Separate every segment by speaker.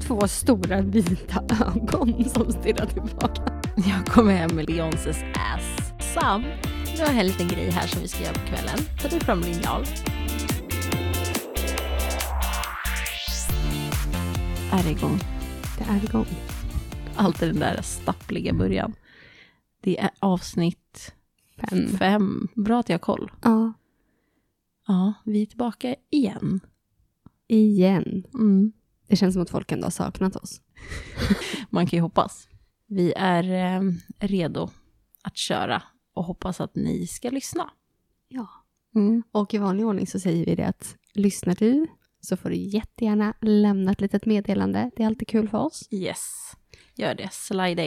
Speaker 1: 2 stora vita ögon som stirrar tillbaka.
Speaker 2: Jag kommer hem med Beyoncés ass. Sam, du har en liten grej här som vi ska göra på kvällen. Ta du fram linjal. Är det igång?
Speaker 1: Det är igång.
Speaker 2: Allt i den där stappliga början. Det är avsnitt 5. Bra att jag har koll.
Speaker 1: Ja.
Speaker 2: Ja, vi är tillbaka igen.
Speaker 1: Mm. Det känns som att folk ändå har saknat oss.
Speaker 2: Man kan ju hoppas. Vi är redo att köra och hoppas att ni ska lyssna.
Speaker 1: Ja. Och i vanlig ordning så säger vi det att lyssnar du så får du jättegärna lämna ett litet meddelande. Det är alltid kul för oss.
Speaker 2: Yes, gör det.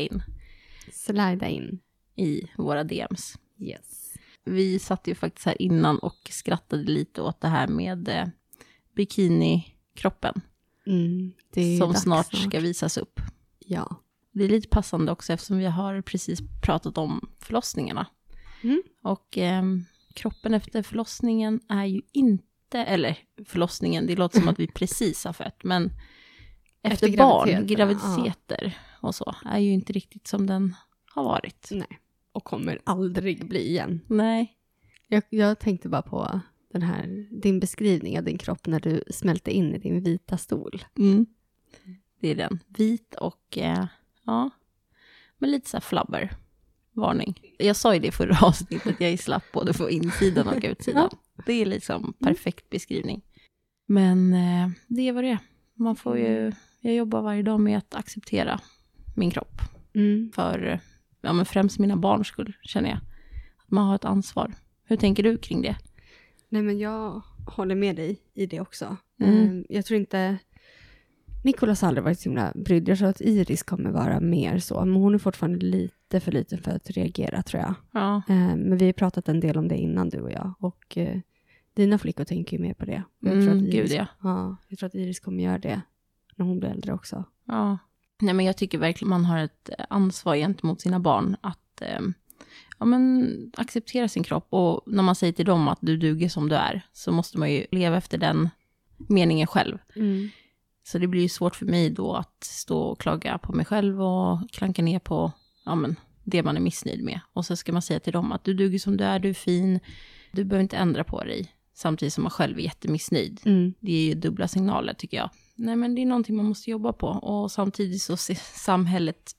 Speaker 2: Slida in i våra DMs.
Speaker 1: Yes.
Speaker 2: Vi satt ju faktiskt här innan och skrattade lite åt det här med bikinikroppen.
Speaker 1: Det är
Speaker 2: som snart ska visas upp.
Speaker 1: Ja.
Speaker 2: Det är lite passande också eftersom vi har precis pratat om förlossningarna. Och kroppen efter förlossningen är ju inte, eller förlossningen, det låter som att vi precis har fött, men efter barn, graviditeter och så, är ju inte riktigt som den har varit.
Speaker 1: Nej, och kommer aldrig bli igen.
Speaker 2: Nej.
Speaker 1: Jag tänkte bara på din beskrivning av din kropp när du smälte in i din vita stol.
Speaker 2: Det är den. Vit och ja, men lite så här flabber. Varning. Jag sa ju det förra avsnittet, jag är slapp både på insidan och utsidan. Det är liksom perfekt beskrivning. Men det var det. Man får ju, jag jobbar varje dag med att acceptera min kropp. För men främst mina barns skull, känner jag. Att man har ett ansvar. Hur tänker du kring det?
Speaker 1: Nej, men jag håller med dig i det också. Jag tror inte... Nicolas har aldrig varit så himla brydd. Jag tror att Iris kommer vara mer så. Men hon är fortfarande lite för liten för att reagera, tror jag.
Speaker 2: Ja.
Speaker 1: Men vi har pratat en del om det innan, du och jag. Och dina flickor tänker ju mer på det. Jag tror att Iris, jag tror att Iris kommer göra det när hon blir äldre också.
Speaker 2: Ja. Nej, men jag tycker verkligen man har ett ansvar gentemot sina barn att acceptera sin kropp. Och när man säger till dem att du duger som du är, så måste man ju leva efter den meningen själv. Så det blir ju svårt för mig då att stå och klaga på mig själv och klanka ner på det man är missnöjd med. Och så ska man säga till dem att du duger som du är fin, du behöver inte ändra på dig. Samtidigt som man själv är jättemissnöjd. Det är ju dubbla signaler, tycker jag. Nej, men det är någonting man måste jobba på. Och samtidigt så ser samhället,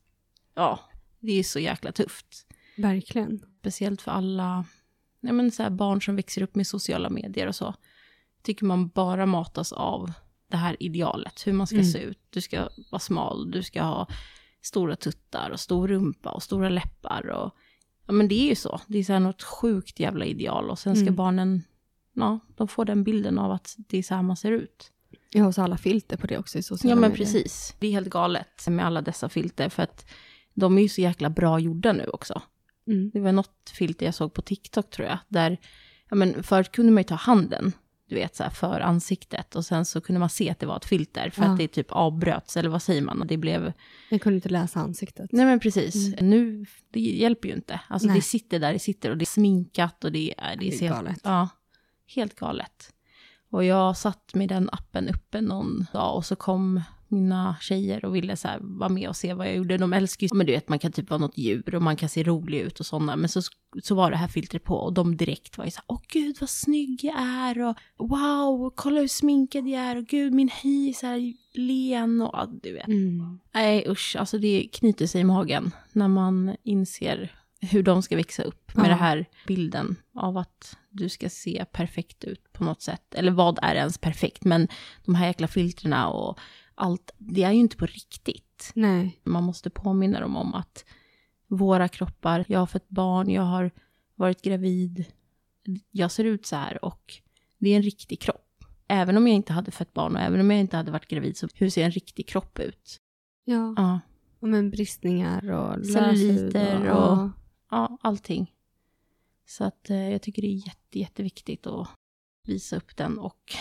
Speaker 2: det är så jäkla tufft.
Speaker 1: Verkligen.
Speaker 2: Speciellt för alla så här barn som växer upp med sociala medier och så. Tycker man bara matas av det här idealet. Hur man ska se ut. Du ska vara smal. Du ska ha stora tuttar och stor rumpa och stora läppar. Och, men det är ju så. Det är så här något sjukt jävla ideal. Och sen ska barnen, de får den bilden av att det är så här man ser ut.
Speaker 1: Ja, och så alla filter på det också i sociala medier.
Speaker 2: Ja, men precis. Det är helt galet med alla dessa filter. För att de är ju så jäkla bra gjorda nu också. Det var något filter jag såg på TikTok, tror jag. Där, förut kunde man ju ta handen, du vet, så här, för ansiktet. Och sen så kunde man se att det var ett filter. För att det typ avbröts, eller vad säger man? Och det blev...
Speaker 1: Jag kunde inte läsa ansiktet.
Speaker 2: Nej, men precis. Nu, det hjälper ju inte. Alltså det sitter där det sitter och det är sminkat och det ser
Speaker 1: galet.
Speaker 2: Ja, helt galet. Och jag satt med den appen uppe någon dag och så kom mina tjejer och ville så här vara med och se vad jag gjorde. De älskar ju, men du vet, man kan typ vara något djur och man kan se rolig ut och sådana. Men så var det här filtret på och de direkt var ju så här, åh gud vad snygg jag är och wow, kolla hur sminkad jag är och gud min hy är så här len och du vet. Nej usch, alltså det knyter sig i magen när man inser hur de ska växa upp med det här bilden av att du ska se perfekt ut på något sätt. Eller vad är ens perfekt? Men de här jäkla filtrerna och allt, det är ju inte på riktigt.
Speaker 1: Nej.
Speaker 2: Man måste påminna dem om att våra kroppar, jag har fått barn, jag har varit gravid, jag ser ut så här och det är en riktig kropp. Även om jag inte hade fått barn och även om jag inte hade varit gravid, så hur ser en riktig kropp ut?
Speaker 1: Ja. Men bristningar och
Speaker 2: celluliter och allting. Så att jag tycker det är jätteviktigt att visa upp den. Och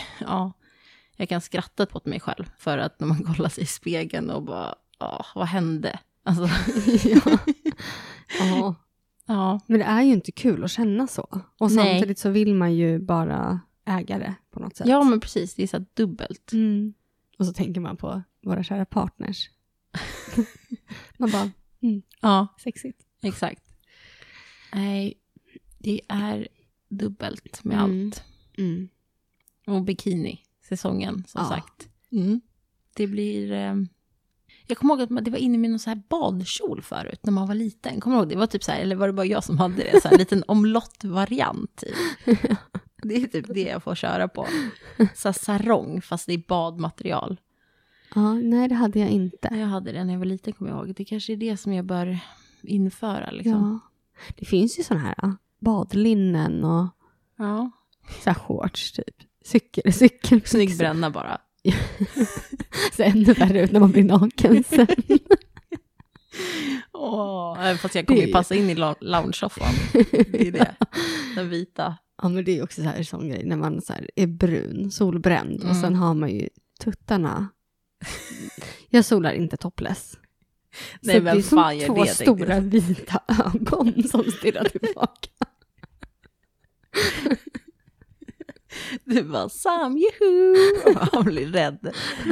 Speaker 2: jag kan skratta på mig själv för att när man kollar sig i spegeln och bara, vad hände? Alltså.
Speaker 1: Men det är ju inte kul att känna så. Och samtidigt så vill man ju bara äga det på något sätt.
Speaker 2: Ja, men precis. Det är så dubbelt.
Speaker 1: Och så tänker man på våra kära partners. Man bara,
Speaker 2: Ja,
Speaker 1: sexigt.
Speaker 2: exakt. Nej, det är dubbelt med allt.
Speaker 1: Mm.
Speaker 2: Och bikini-säsongen, som sagt. Det blir... Jag kommer ihåg att det var inne med någon så här badkjol förut när man var liten. Kommer du ihåg? Det var typ så här, eller var det bara jag som hade det? Så här, en liten omlott-variant typ. Det är typ det jag får köra på. Så här sarong, fast det är badmaterial.
Speaker 1: Ja, nej det hade jag inte.
Speaker 2: Jag hade det när jag var liten, kommer jag ihåg. Det kanske är det som jag bör införa liksom.
Speaker 1: Ja. Det finns ju sådana här badlinnen och så här shorts typ. Cykel.
Speaker 2: Snygg bränna bara.
Speaker 1: Så ännu värre ut när man blir naken sen.
Speaker 2: Fast jag kommer ju passa in i lounge-soffan. Det är det. Den vita.
Speaker 1: Ja, men det är också så här sån grej när man så här är brun, solbränd. Och sen har man ju tuttarna. Jag solar inte topless.
Speaker 2: Nej,
Speaker 1: så
Speaker 2: men
Speaker 1: det är som
Speaker 2: fan,
Speaker 1: två stora vita ögon som stirrar tillbaka.
Speaker 2: Du bara, Sam, juhu! Och han blir rädd.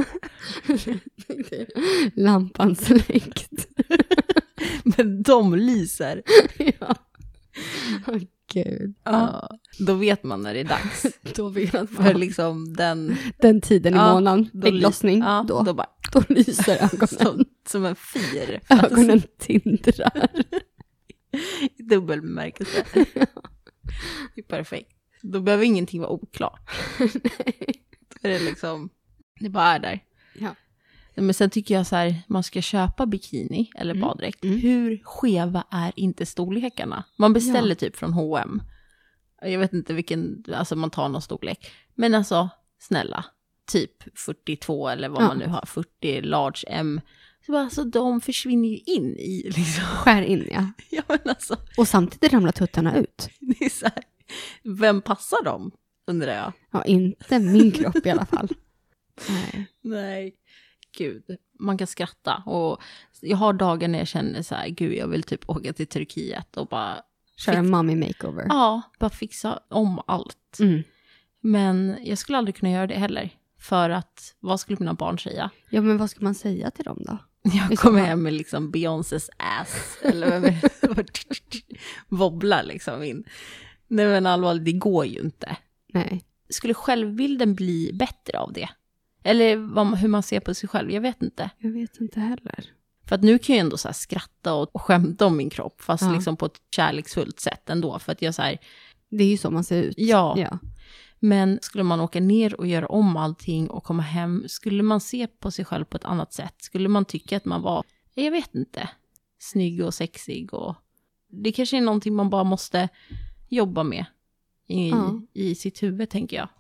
Speaker 1: Lampan släckt.
Speaker 2: Men de lyser.
Speaker 1: Ja. Åh, gud.
Speaker 2: Ja. Då vet man när det är dags.
Speaker 1: Då vet man.
Speaker 2: För liksom
Speaker 1: den tiden i månaden, ägglossning,
Speaker 2: då
Speaker 1: lyser ögonen.
Speaker 2: Som en fyr.
Speaker 1: Ögonen tindrar.
Speaker 2: I dubbel bemärkelse. Det är perfekt. Då behöver ingenting vara oklart. Då är det liksom, det bara är där.
Speaker 1: Ja.
Speaker 2: Men sen tycker jag så här, man ska köpa bikini eller baddräkt. Hur skeva är inte storlekarna? Man beställer typ från H&M. Jag vet inte vilken, alltså man tar någon storlek. Men alltså, snälla, typ 42 eller vad man nu har, 40 large M. Så bara, alltså, de försvinner ju in i liksom.
Speaker 1: Skär in, ja.
Speaker 2: Ja, men alltså.
Speaker 1: Och samtidigt ramlar tuttarna ut.
Speaker 2: Det är så här, vem passar dem, undrar jag.
Speaker 1: Ja, inte min kropp i alla fall.
Speaker 2: Nej, gud. Man kan skratta. Och jag har dagar när jag känner så här, gud, jag vill typ åka till Turkiet och bara...
Speaker 1: Köra en mommy makeover.
Speaker 2: Ja, bara fixa om allt. Men jag skulle aldrig kunna göra det heller. För att, vad skulle mina barn säga?
Speaker 1: Ja, men vad ska man säga till dem då?
Speaker 2: Jag kommer hem med liksom Beyoncés ass. Eller wobblar liksom in. Nej, men allvarligt, det går ju inte.
Speaker 1: Nej.
Speaker 2: Skulle självbilden bli bättre av det? Eller hur man ser på sig själv, jag vet inte.
Speaker 1: Jag vet inte heller.
Speaker 2: För att nu kan jag ändå så här skratta och skämta om min kropp. Fast liksom på ett kärleksfullt sätt ändå. För att jag så här...
Speaker 1: Det är ju så man ser ut.
Speaker 2: Ja. Men skulle man åka ner och göra om allting och komma hem, skulle man se på sig själv på ett annat sätt? Skulle man tycka att man var, jag vet inte, snygg och sexig? Och det kanske är någonting man bara måste jobba med i sitt huvud, tänker jag.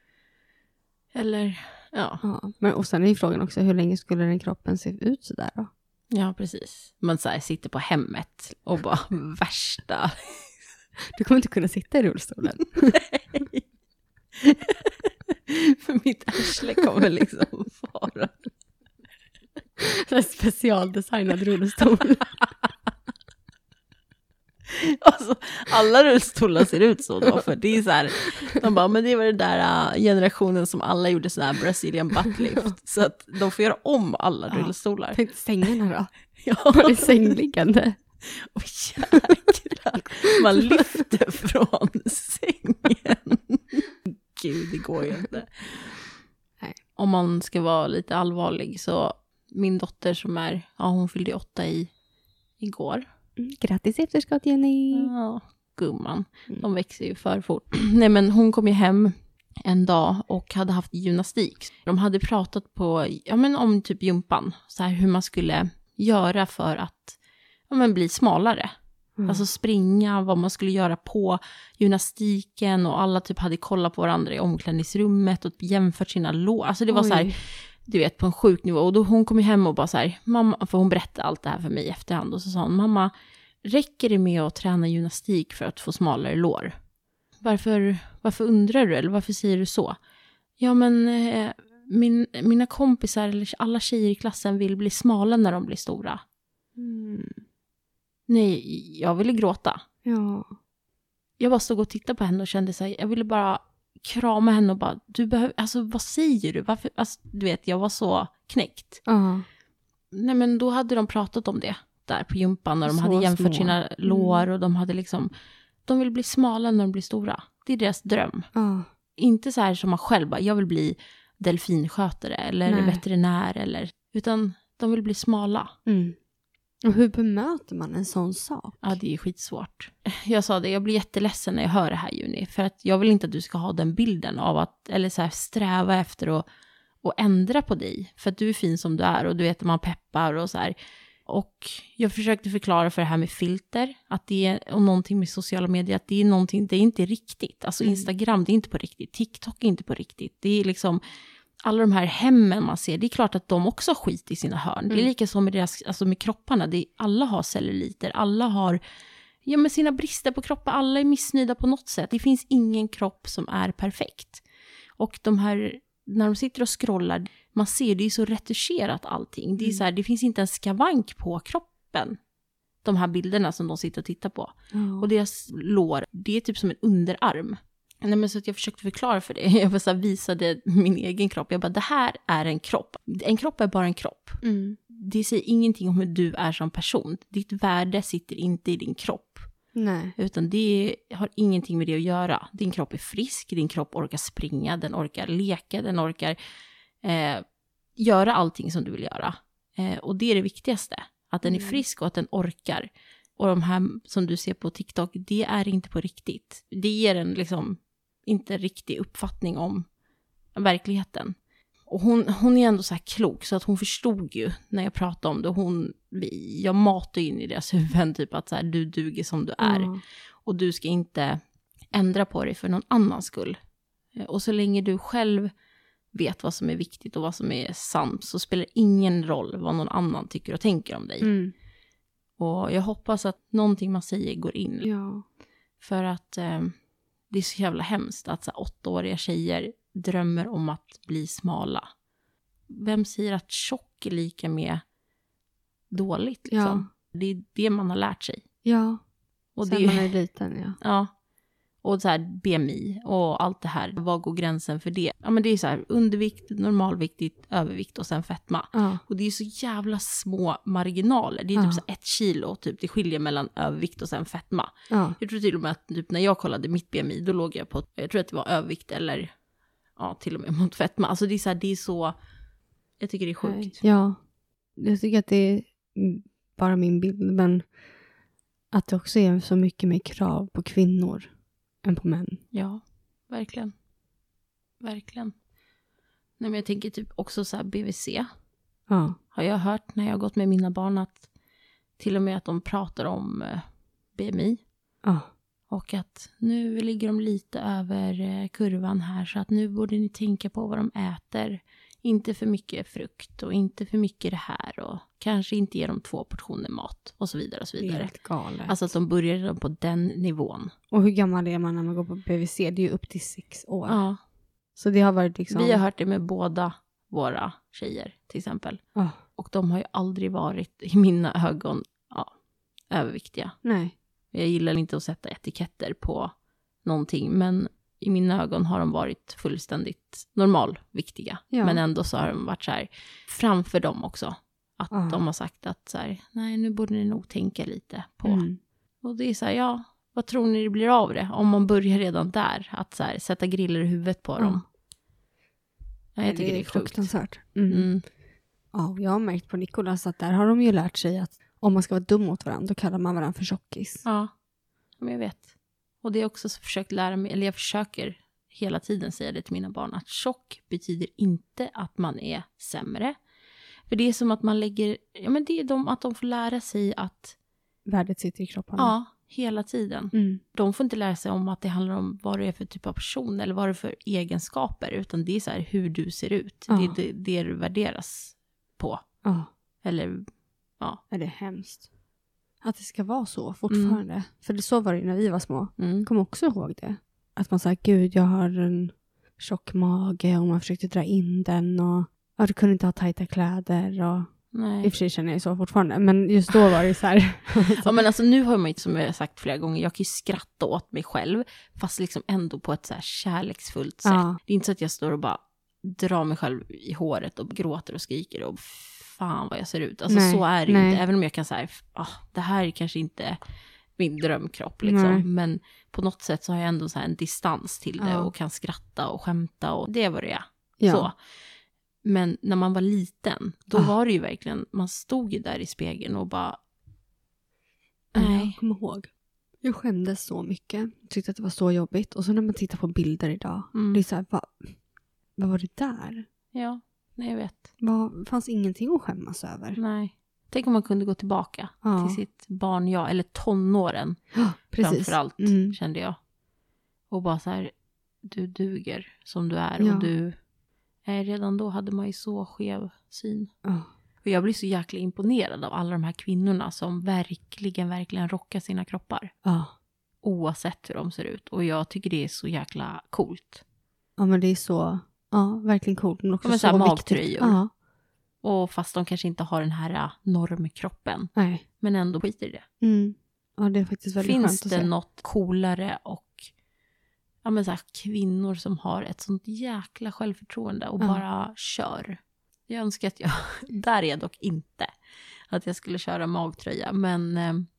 Speaker 2: Eller, ja.
Speaker 1: Men och sen är ju frågan också, hur länge skulle den kroppen se ut så där då?
Speaker 2: Ja, precis. Man så här, sitter på hemmet och bara värsta.
Speaker 1: Du kommer inte kunna sitta i rullstolen.
Speaker 2: Nej. För mitt arsle kommer liksom fara.
Speaker 1: En specialdesignad rullstol.
Speaker 2: Alltså, alla rullstolar ser ut så då, för det är så här, de bara, men det var den där generationen som alla gjorde sån här Brazilian butt lift, så att de får göra om alla rullstolar.
Speaker 1: Tänk sängarna då.
Speaker 2: Ja.
Speaker 1: Det är sängliggande.
Speaker 2: Och jäklar, man lyfter från sängen. Gud, det går ju inte.
Speaker 1: Nej.
Speaker 2: Om man ska vara lite allvarlig, så min dotter som är, hon fyllde 8 igår.
Speaker 1: Grattis efterskott, Jenny.
Speaker 2: Ja, gumman. De växer ju för fort. Nej, men hon kom ju hem en dag och hade haft gymnastik. De hade pratat om typ gympan. Så här, hur man skulle göra för att bli smalare. Alltså springa, vad man skulle göra på gymnastiken. Och alla typ hade kollat på varandra i omklädningsrummet och jämfört sina lår. Alltså det var så här, du vet, på en sjuk nivå. Och då hon kom ju hem och bara så här, mamma, för hon berättade allt det här för mig i efterhand. Och så sa hon, mamma, räcker det med att träna gymnastik för att få smalare lår? Varför undrar du, eller varför säger du så? Ja, men mina kompisar eller alla tjejer i klassen vill bli smala när de blir stora. Nej, jag ville gråta.
Speaker 1: Ja.
Speaker 2: Jag bara stod och tittade på henne och kände så här, jag ville bara krama henne och bara, du behöver, alltså vad säger du? Varför? Alltså, du vet, jag var så knäckt. Nej, men då hade de pratat om det där på gympan när de
Speaker 1: Så
Speaker 2: hade jämfört
Speaker 1: små.
Speaker 2: sina lår och de hade liksom, de vill bli smala när de blir stora. Det är deras dröm. Inte så här som man själv bara, jag vill bli delfinskötare eller veterinär eller, utan de vill bli smala.
Speaker 1: Och hur bemöter man en sån sak?
Speaker 2: Ja, det är skitsvårt. Jag sa det, jag blir jätteledsen när jag hör det här, Juni. För att jag vill inte att du ska ha den bilden av att, eller så här sträva efter att ändra på dig. För att du är fin som du är och du vet att man peppar och så här. Och jag försökte förklara för det här med filter, att det är, och någonting med sociala medier, att det är någonting, det är inte riktigt. Alltså Instagram, det är inte på riktigt. TikTok är inte på riktigt. Det är liksom, alla de här hemmen man ser, det är klart att de också har skit i sina hörn. Det är lika som med deras, alltså med kropparna. Alla har celluliter, alla har med sina brister på kroppen, alla är missnöjda på något sätt. Det finns ingen kropp som är perfekt. Och de här, när de sitter och scrollar, man ser det är så retuscherat allting. Det är så här, det finns inte en skavank på kroppen. De här bilderna som de sitter och tittar på. Och deras lår, det är typ som en underarm. Nej, men så att jag försökte förklara för det. Jag så här visade min egen kropp. Jag bara, det här är en kropp. En kropp är bara en kropp. Det säger ingenting om hur du är som person. Ditt värde sitter inte i din kropp.
Speaker 1: Nej.
Speaker 2: Utan det har ingenting med det att göra. Din kropp är frisk, din kropp orkar springa, den orkar leka, den orkar göra allting som du vill göra. Och det är det viktigaste. Att den är frisk och att den orkar. Och de här som du ser på TikTok, det är inte på riktigt. Det ger en liksom inte riktig uppfattning om verkligheten. Och hon är ändå så här klok, så att hon förstod ju när jag pratade om det. Jag matar in i deras huvuden typ att så här, du duger som du är. Och du ska inte ändra på dig för någon annans skull. Och så länge du själv vet vad som är viktigt och vad som är sant, så spelar ingen roll vad någon annan tycker och tänker om dig. Och jag hoppas att någonting man säger går in.
Speaker 1: Ja.
Speaker 2: För att det är så jävla hemskt att så här, 8-åriga tjejer drömmer om att bli smala. Vem säger att tjock är lika med dåligt? Liksom? Ja. Det är det man har lärt sig.
Speaker 1: Ja,
Speaker 2: och
Speaker 1: sen
Speaker 2: det,
Speaker 1: man är liten, ja.
Speaker 2: Ja, och så här BMI och allt det här. Vad går gränsen för det? Ja, men det är så här undervikt, normalviktigt, övervikt och sen fetma.
Speaker 1: Ja.
Speaker 2: Och det är så jävla små marginaler. Det är typ så 1 kilo typ, det skiljer mellan övervikt och sen fetma.
Speaker 1: Ja.
Speaker 2: Jag tror till och med att typ, när jag kollade mitt BMI, då låg jag på, jag tror att det var övervikt eller till och med mot fetma. Alltså det är så jag tycker det är sjukt.
Speaker 1: Ja, jag tycker att det är bara min bild, men att det också är så mycket mer krav på kvinnor än på män.
Speaker 2: Ja, verkligen. Verkligen. Nej, men jag tänker typ också så här BVC.
Speaker 1: Ja.
Speaker 2: Har jag hört när jag har gått med mina barn att till och med att de pratar om BMI.
Speaker 1: Ja.
Speaker 2: Och att nu ligger de lite över kurvan här, så att nu borde ni tänka på vad de äter. Inte för mycket frukt och inte för mycket det här, och kanske inte ge dem 2 portioner mat och så vidare och så vidare.
Speaker 1: Helt galet.
Speaker 2: Alltså att de börjar redan på den nivån.
Speaker 1: Och hur gammal är man när man går på BVC? Det är ju upp till 6 år.
Speaker 2: Ja.
Speaker 1: Så det har varit liksom...
Speaker 2: Vi har hört det med båda våra tjejer till exempel.
Speaker 1: Ja.
Speaker 2: Och de har ju aldrig varit i mina ögon överviktiga.
Speaker 1: Nej.
Speaker 2: Jag gillar inte att sätta etiketter på någonting, men i mina ögon har de varit fullständigt normalviktiga. Ja. Men ändå så har de varit så här framför dem också. Att de har sagt att så här, nej, nu borde ni nog tänka lite på. Och det är så här, vad tror ni det blir av det? Om man börjar redan där, att så här, sätta griller i huvudet på dem. Ja, jag tycker det är
Speaker 1: fruktansvärt. Ja, jag har märkt på Nicolas att där har de ju lärt sig att om man ska vara dum mot varandra, då kallar man varandra för tjockis.
Speaker 2: Ja, men jag vet. Och det är också så försökt lära mig, eller jag försöker hela tiden säga det till mina barn, att tjock betyder inte att man är sämre. För det är som att man lägger, men det är att de får lära sig att
Speaker 1: värdet sitter i kroppen.
Speaker 2: Ja, hela tiden. De får inte lära sig om att det handlar om vad det är för typ av person eller vad det är för egenskaper, utan det är så här hur du ser ut. Det är det du värderas på. Eller,
Speaker 1: är det hemskt att det ska vara så fortfarande. För det så var det när vi var små. Kom också ihåg det. Att man sa, gud, jag har en tjock mage och man försökte dra in den och du kunde inte ha tajta kläder och I och för sig känner jag så fortfarande. Men just då var det så här.
Speaker 2: Ja, men alltså nu har man ju, som jag har sagt flera gånger, jag kan ju skratta åt mig själv. Fast liksom ändå på ett så här kärleksfullt sätt.
Speaker 1: Ja.
Speaker 2: Det är inte så att jag står och bara drar mig själv i håret och gråter och skriker och fan vad jag ser ut. Alltså så är det ju inte. Även om jag kan säga, det här är kanske inte min drömkropp liksom. Nej. Men på något sätt så har jag ändå så här en distans till det och kan skratta och skämta och det var det. Ja. Så. Men när man var liten, då var det ju verkligen, man stod ju där i spegeln och bara
Speaker 1: nej. Jag kommer ihåg. Jag skämdes så mycket. Jag tyckte att det var så jobbigt. Och så när man tittar på bilder idag, det är så här, vad var det där?
Speaker 2: Ja, nej jag vet.
Speaker 1: Fanns ingenting att skämmas över.
Speaker 2: Nej. Tänk om man kunde gå tillbaka till sitt barn, eller tonåren. Framförallt, kände jag. Och bara så här, du duger som du är. Och du, redan då hade man ju så skev syn. Och jag blir så jäkla imponerad av alla de här kvinnorna som verkligen rockar sina kroppar. Oavsett hur de ser ut. Och jag tycker det är så jäkla coolt.
Speaker 1: Ja, men det är så, verkligen coolt. Men också
Speaker 2: men
Speaker 1: så här
Speaker 2: magtröjor. Och fast de kanske inte har den här normkroppen.
Speaker 1: Nej.
Speaker 2: Men ändå skiter i det.
Speaker 1: Ja, det är faktiskt väldigt skönt att se.
Speaker 2: Finns det något coolare och så här, kvinnor som har ett sånt jäkla självförtroende och bara kör. Jag önskar att där är jag dock inte. Att jag skulle köra magtröja. Men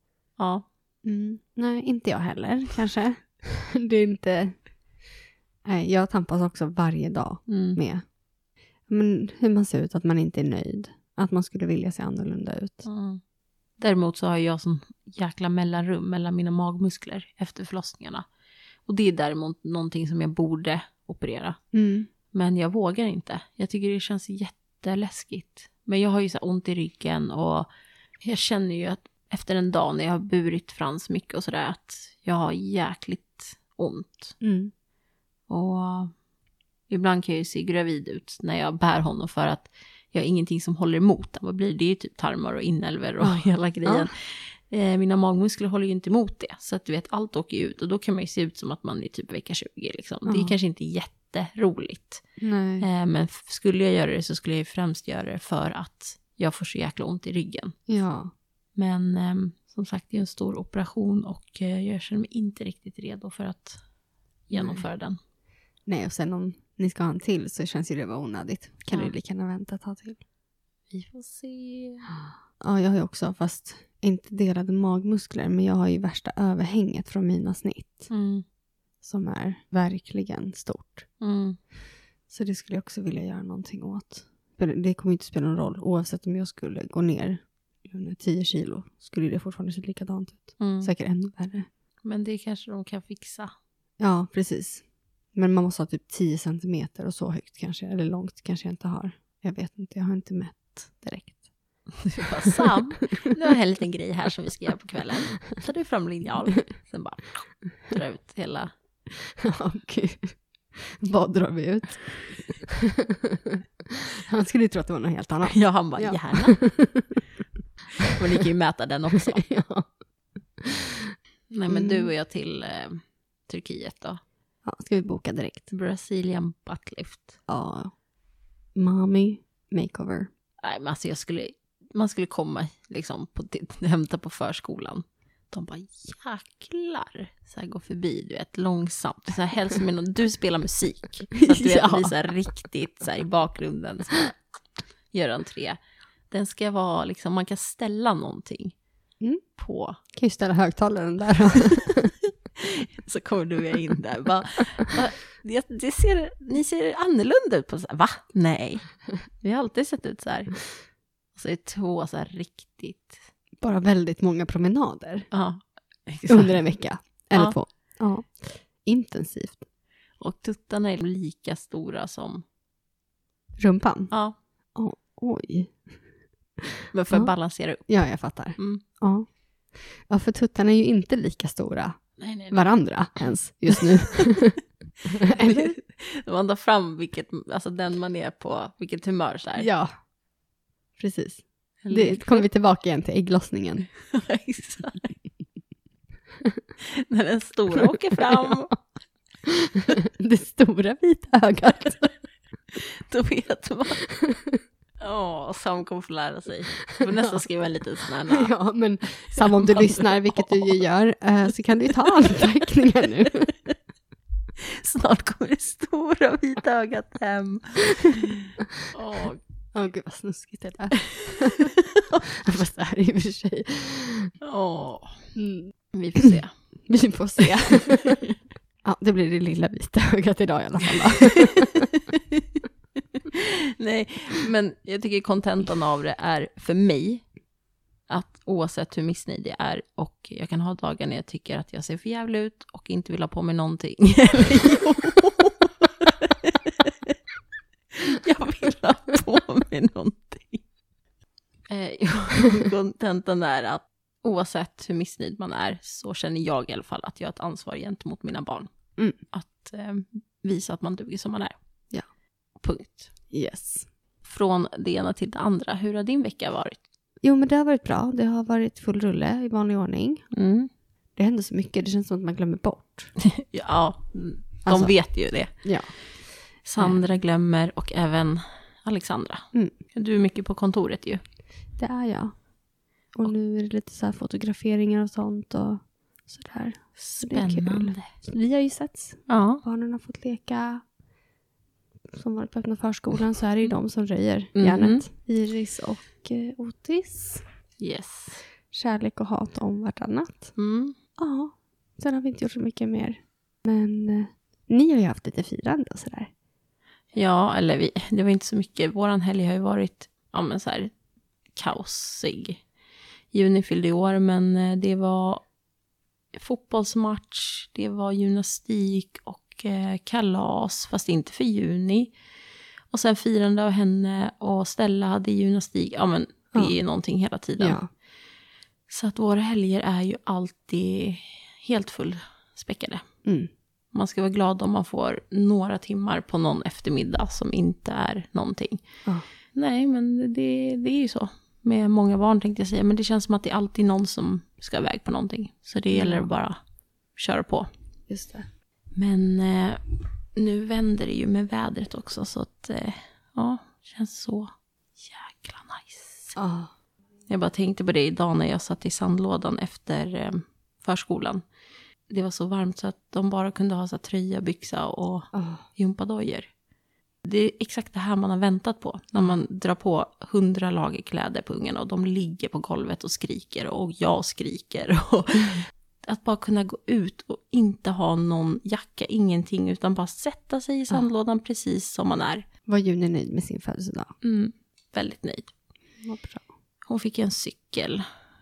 Speaker 1: nej, inte jag heller kanske. Det är inte... Nej, jag tampas också varje dag med men hur man ser ut, att man inte är nöjd. Att man skulle vilja se annorlunda ut.
Speaker 2: Däremot så har jag sån jäkla mellanrum mellan mina magmuskler efter förlossningarna. Och det är däremot någonting som jag borde operera. Men jag vågar inte. Jag tycker det känns jätteläskigt. Men jag har ju så ont i ryggen och jag känner ju att efter en dag när jag har burit Frans mycket och sådär att jag har jäkligt ont. Och ibland kan jag ju se gravid ut när jag bär honom för att jag har ingenting som håller emot. Vad blir det? Det är ju typ tarmar och inälvor och hela grejen. Mina magmuskler håller ju inte emot det. Så att du vet, allt åker ut. Och då kan man ju se ut som att man är typ vecka 20 liksom. Det är kanske inte jätteroligt. Men skulle jag göra det så skulle jag främst göra det för att jag får så jäkla ont i ryggen. Men som sagt, det är en stor operation och jag känner mig inte riktigt redo för att genomföra den.
Speaker 1: Nej, och sen om ni ska ha en till så känns ju det vara onödigt. Kan du lika gärna vänta ett tag till?
Speaker 2: Vi får se.
Speaker 1: Ja, jag har ju också, fast inte delade magmuskler, men jag har ju värsta överhänget från mina snitt. Som är verkligen stort. Så det skulle jag också vilja göra någonting åt. För det kommer inte spela någon roll. Oavsett om jag skulle gå ner 10 kilo skulle det fortfarande se likadant ut. Säkert ännu värre.
Speaker 2: Men det kanske de kan fixa.
Speaker 1: Ja, precis. Men man måste ha typ 10 centimeter och så högt kanske. Eller långt kanske jag inte har. Jag vet inte, jag har inte mätt direkt.
Speaker 2: Du bara, Sam, nu har jag en liten grej här som vi ska göra på kvällen. Tar du fram linjal. Sen bara drar ut hela.
Speaker 1: Okej. Vad drar vi ut? Han skulle ju tro att det var något helt annat.
Speaker 2: Ja, han bara, gärna. Men ni kan ju mäta den också. Nej, men du och jag till Turkiet då.
Speaker 1: Ja, ska vi boka direkt?
Speaker 2: Brazilian buttlift.
Speaker 1: Ja. Mommy makeover.
Speaker 2: Nej, men alltså man skulle komma liksom hämta på förskolan. De bara, jäklar. Så här går förbi, du vet, långsamt. Så här helst med någon, du spelar musik. Så att du vet, blir så här riktigt så här i bakgrunden. Så här, gör entré. Den ska vara liksom, man kan ställa någonting på.
Speaker 1: Kan ju ställa högtalaren där.
Speaker 2: Så kommer du in där. Bara, ni ser annorlunda ut på så här. Va? Nej. Vi har alltid sett ut så här. Och så är det 2 så här riktigt.
Speaker 1: Bara väldigt många promenader.
Speaker 2: Ja.
Speaker 1: Under en vecka. Eller 2. Ja. Intensivt.
Speaker 2: Och tuttarna är lika stora som
Speaker 1: rumpan?
Speaker 2: Ja.
Speaker 1: Oj.
Speaker 2: Men för att balansera upp.
Speaker 1: Ja, jag fattar. Ja, för tuttarna är ju inte lika stora. Nej. Varandra ens just nu. Eller?
Speaker 2: Man tar fram alltså den man är på, vilket humör så här.
Speaker 1: Ja, precis. Det kommer vi tillbaka igen till ägglossningen.
Speaker 2: När den stora åker fram.
Speaker 1: Det stora vita ögat.
Speaker 2: Då vet man Sam kommer få lära sig. Jag får nästan skriva en liten sån här.
Speaker 1: Ja, men Sam, om du lyssnar, vilket du ju gör, så kan du ta anteckningar nu.
Speaker 2: Snart kommer det stora vita ögat hem.
Speaker 1: Gud vad snuskigt det där. Fast det här är i och för sig.
Speaker 2: Vi får se.
Speaker 1: Vi får se. Ja, det blir det lilla vita ögat idag i alla fall.
Speaker 2: Nej, men jag tycker kontentan av det är för mig att oavsett hur missnöjd jag är och jag kan ha dagar när jag tycker att jag ser för jävla ut och inte vill ha på mig någonting. Jag vill ha på mig någonting. Kontentan är att oavsett hur missnöjd man är så känner jag i alla fall att jag har ett ansvar gentemot mina barn. Att visa att man duger som man är.
Speaker 1: Ja.
Speaker 2: Punkt.
Speaker 1: Yes.
Speaker 2: Från det ena till det andra. Hur har din vecka varit?
Speaker 1: Jo, men det har varit bra. Det har varit full rulle i vanlig ordning. Det händer så mycket. Det känns som att man glömmer bort.
Speaker 2: Ja, de vet ju det.
Speaker 1: Ja.
Speaker 2: Sandra glömmer och även Alexandra. Du är mycket på kontoret ju.
Speaker 1: Det är jag. Och nu är det lite så här fotograferingar och sånt och sådär.
Speaker 2: Spännande.
Speaker 1: Så vi har ju setts.
Speaker 2: Ja.
Speaker 1: Barnen har fått leka. Som varit på öppna förskolan så är det ju de som röjer hjärnet. Iris och Otis.
Speaker 2: Yes.
Speaker 1: Kärlek och hat om vartannat. Ja, sen har vi inte gjort så mycket mer. Men ni har ju haft lite firande och sådär.
Speaker 2: Ja, eller det var inte så mycket. Våran helg har ju varit så här kaosig. Juni fyllde i år, men det var fotbollsmatch, det var gymnastik och kalas, fast inte för Juni. Och sen firande av henne och Stella hade gymnastik. Ja, men det är ju någonting hela tiden.
Speaker 1: Ja.
Speaker 2: Så att våra helger är ju alltid helt fullspäckade. Man ska vara glad om man får några timmar på någon eftermiddag som inte är någonting. Nej, men det är ju så. Med många barn tänkte jag säga. Men det känns som att det är alltid någon som ska iväg på någonting. Så det gäller att bara köra på.
Speaker 1: Just det.
Speaker 2: Men nu vänder det ju med vädret också. Så att det känns så jäkla nice. Jag bara tänkte på det idag när jag satt i sandlådan efter förskolan. Det var så varmt så att de bara kunde ha så tröja, byxa och gympadojor. Det är exakt det här man har väntat på. När man drar på 100 lager kläder på ungarna och de ligger på golvet och skriker och jag skriker. Och att bara kunna gå ut och inte ha någon jacka, ingenting, utan bara sätta sig i sandlådan precis som man är.
Speaker 1: Var Juni nöjd med sin födelsedag?
Speaker 2: Väldigt nöjd.
Speaker 1: Vad bra.
Speaker 2: Hon fick en cykel.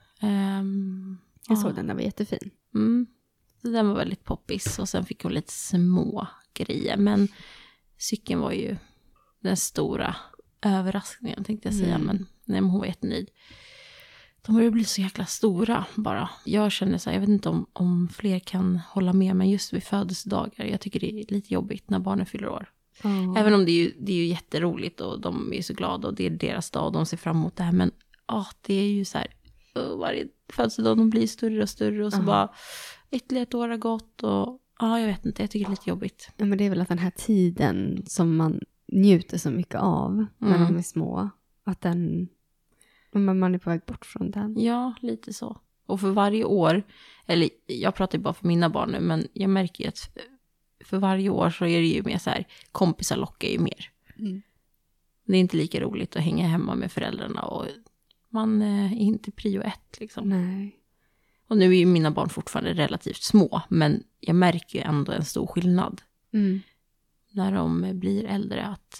Speaker 1: Jag såg den, var jättefin.
Speaker 2: Så den var väldigt poppis och sen fick hon lite små grejer. Men cykeln var ju den stora överraskningen tänkte jag säga. Men hon var jättenöjd. De börjar bli så jäkla stora bara. Jag känner så här, jag vet inte om fler kan hålla med mig just vid födelsedagar. Jag tycker det är lite jobbigt när barnen fyller år. Även om det är ju jätteroligt och de är så glada och det är deras dag och de ser fram emot det här. Men det är ju så här, varje födelsedag de blir större och större och så bara ytterligare ett år har gått och jag vet inte, jag tycker det är lite jobbigt.
Speaker 1: Ja, men det är väl att den här tiden som man njuter så mycket av när de är små, att man är på väg bort från den.
Speaker 2: Ja, lite så. Och för varje år, eller jag pratar ju bara för mina barn nu, men jag märker ju att för varje år så är det ju mer så här, kompisar lockar ju mer. Det är inte lika roligt att hänga hemma med föräldrarna och man är inte prio 1 liksom.
Speaker 1: Nej.
Speaker 2: Och nu är ju mina barn fortfarande relativt små, men jag märker ju ändå en stor skillnad. När de blir äldre att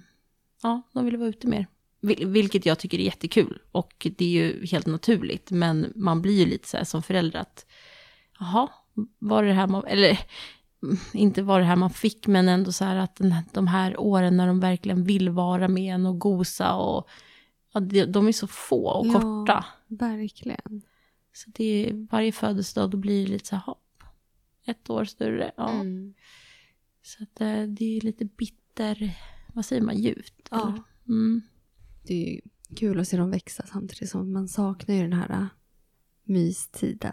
Speaker 2: de vill vara ute mer. Vilket jag tycker är jättekul och det är ju helt naturligt, men man blir ju lite så här som förälder att var det här man, eller inte var det här man fick, men ändå så här att de här åren när de verkligen vill vara med en och gosa och de är så få och korta.
Speaker 1: Verkligen.
Speaker 2: Så det är varje födelsedag då blir det lite så här, ett år större. Så att det är lite bitter, vad säger man, djupt.
Speaker 1: Det är ju kul att se dem växa samtidigt som man saknar ju den här mystiden.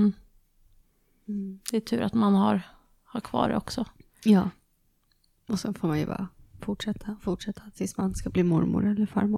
Speaker 2: Det är tur att man har kvar det också.
Speaker 1: Ja. Och så får man ju bara fortsätta tills man ska bli mormor eller farmor.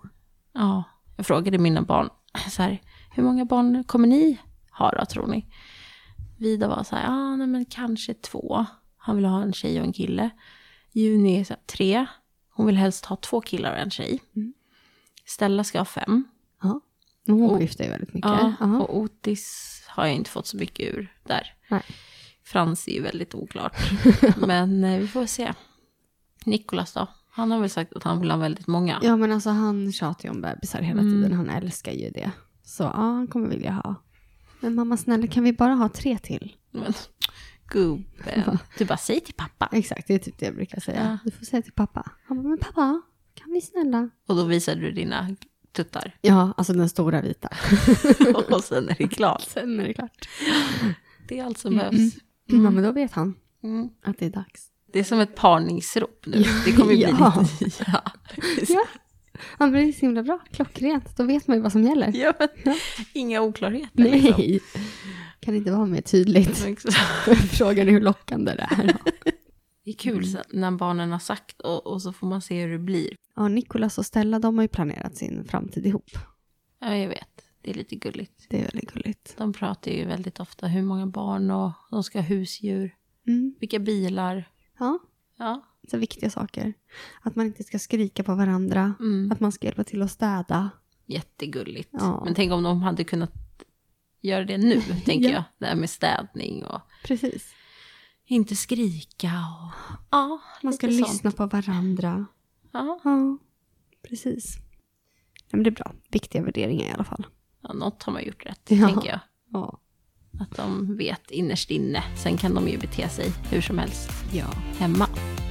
Speaker 2: Ja, jag frågade mina barn så här, hur många barn kommer ni ha då, tror ni? Vida var så här, nej men kanske 2. Han vill ha en tjej och en kille. Juni är så här, 3. Hon vill helst ha 2 killar och en tjej. Stella ska ha 5.
Speaker 1: Ja. Hon skiftar ju väldigt mycket.
Speaker 2: Ja, och Otis har jag inte fått så mycket ur där.
Speaker 1: Nej.
Speaker 2: Frans är ju väldigt oklart. Men vi får se. Nicolas då? Han har väl sagt att han vill ha väldigt många.
Speaker 1: Ja, men alltså han tjatar ju om bebisar hela tiden. Han älskar ju det. Så ja, han kommer vilja ha. Men mamma snälla, kan vi bara ha 3 till?
Speaker 2: Men gubben. Du bara, säg till pappa.
Speaker 1: Exakt, det är typ det jag brukar säga.
Speaker 2: Ja.
Speaker 1: Du får säga till pappa. Han bara, men pappa, kan vi snälla?
Speaker 2: Och då visar du dina tuttar.
Speaker 1: Ja, alltså den stora vita.
Speaker 2: Och sen är det klart.
Speaker 1: Sen är det klart.
Speaker 2: Det är allt som behövs.
Speaker 1: Ja, men då vet han att det är dags.
Speaker 2: Det är som ett parningsrop nu. Det kommer bli lite...
Speaker 1: Ja, han blir så himla bra. Klockrent. Då vet man ju vad som gäller.
Speaker 2: Ja, men inga oklarheter.
Speaker 1: Nej.
Speaker 2: Liksom.
Speaker 1: Kan inte vara mer tydligt. Frågan är hur lockande det är.
Speaker 2: Det är kul när barnen har sagt och så får man se hur det blir.
Speaker 1: Ja, Nicolas och Stella, de har ju planerat sin framtid ihop.
Speaker 2: Ja, jag vet. Det är lite gulligt.
Speaker 1: Det är väldigt gulligt.
Speaker 2: De pratar ju väldigt ofta hur många barn och de ska ha husdjur. Vilka bilar.
Speaker 1: Ja. Så viktiga saker. Att man inte ska skrika på varandra. Att man ska hjälpa till att städa.
Speaker 2: Jättegulligt.
Speaker 1: Ja.
Speaker 2: Men tänk om de hade kunnat göra det nu, tänker jag. Det här med städning och...
Speaker 1: Precis.
Speaker 2: Inte skrika och... Ja,
Speaker 1: man ska lyssna på varandra.
Speaker 2: Ja.
Speaker 1: Precis. Ja, men det är bra. Viktiga värderingar i alla fall.
Speaker 2: Ja, något har man gjort rätt, tänker jag.
Speaker 1: Ja.
Speaker 2: Att de vet innerst inne. Sen kan de ju bete sig hur som helst hemma.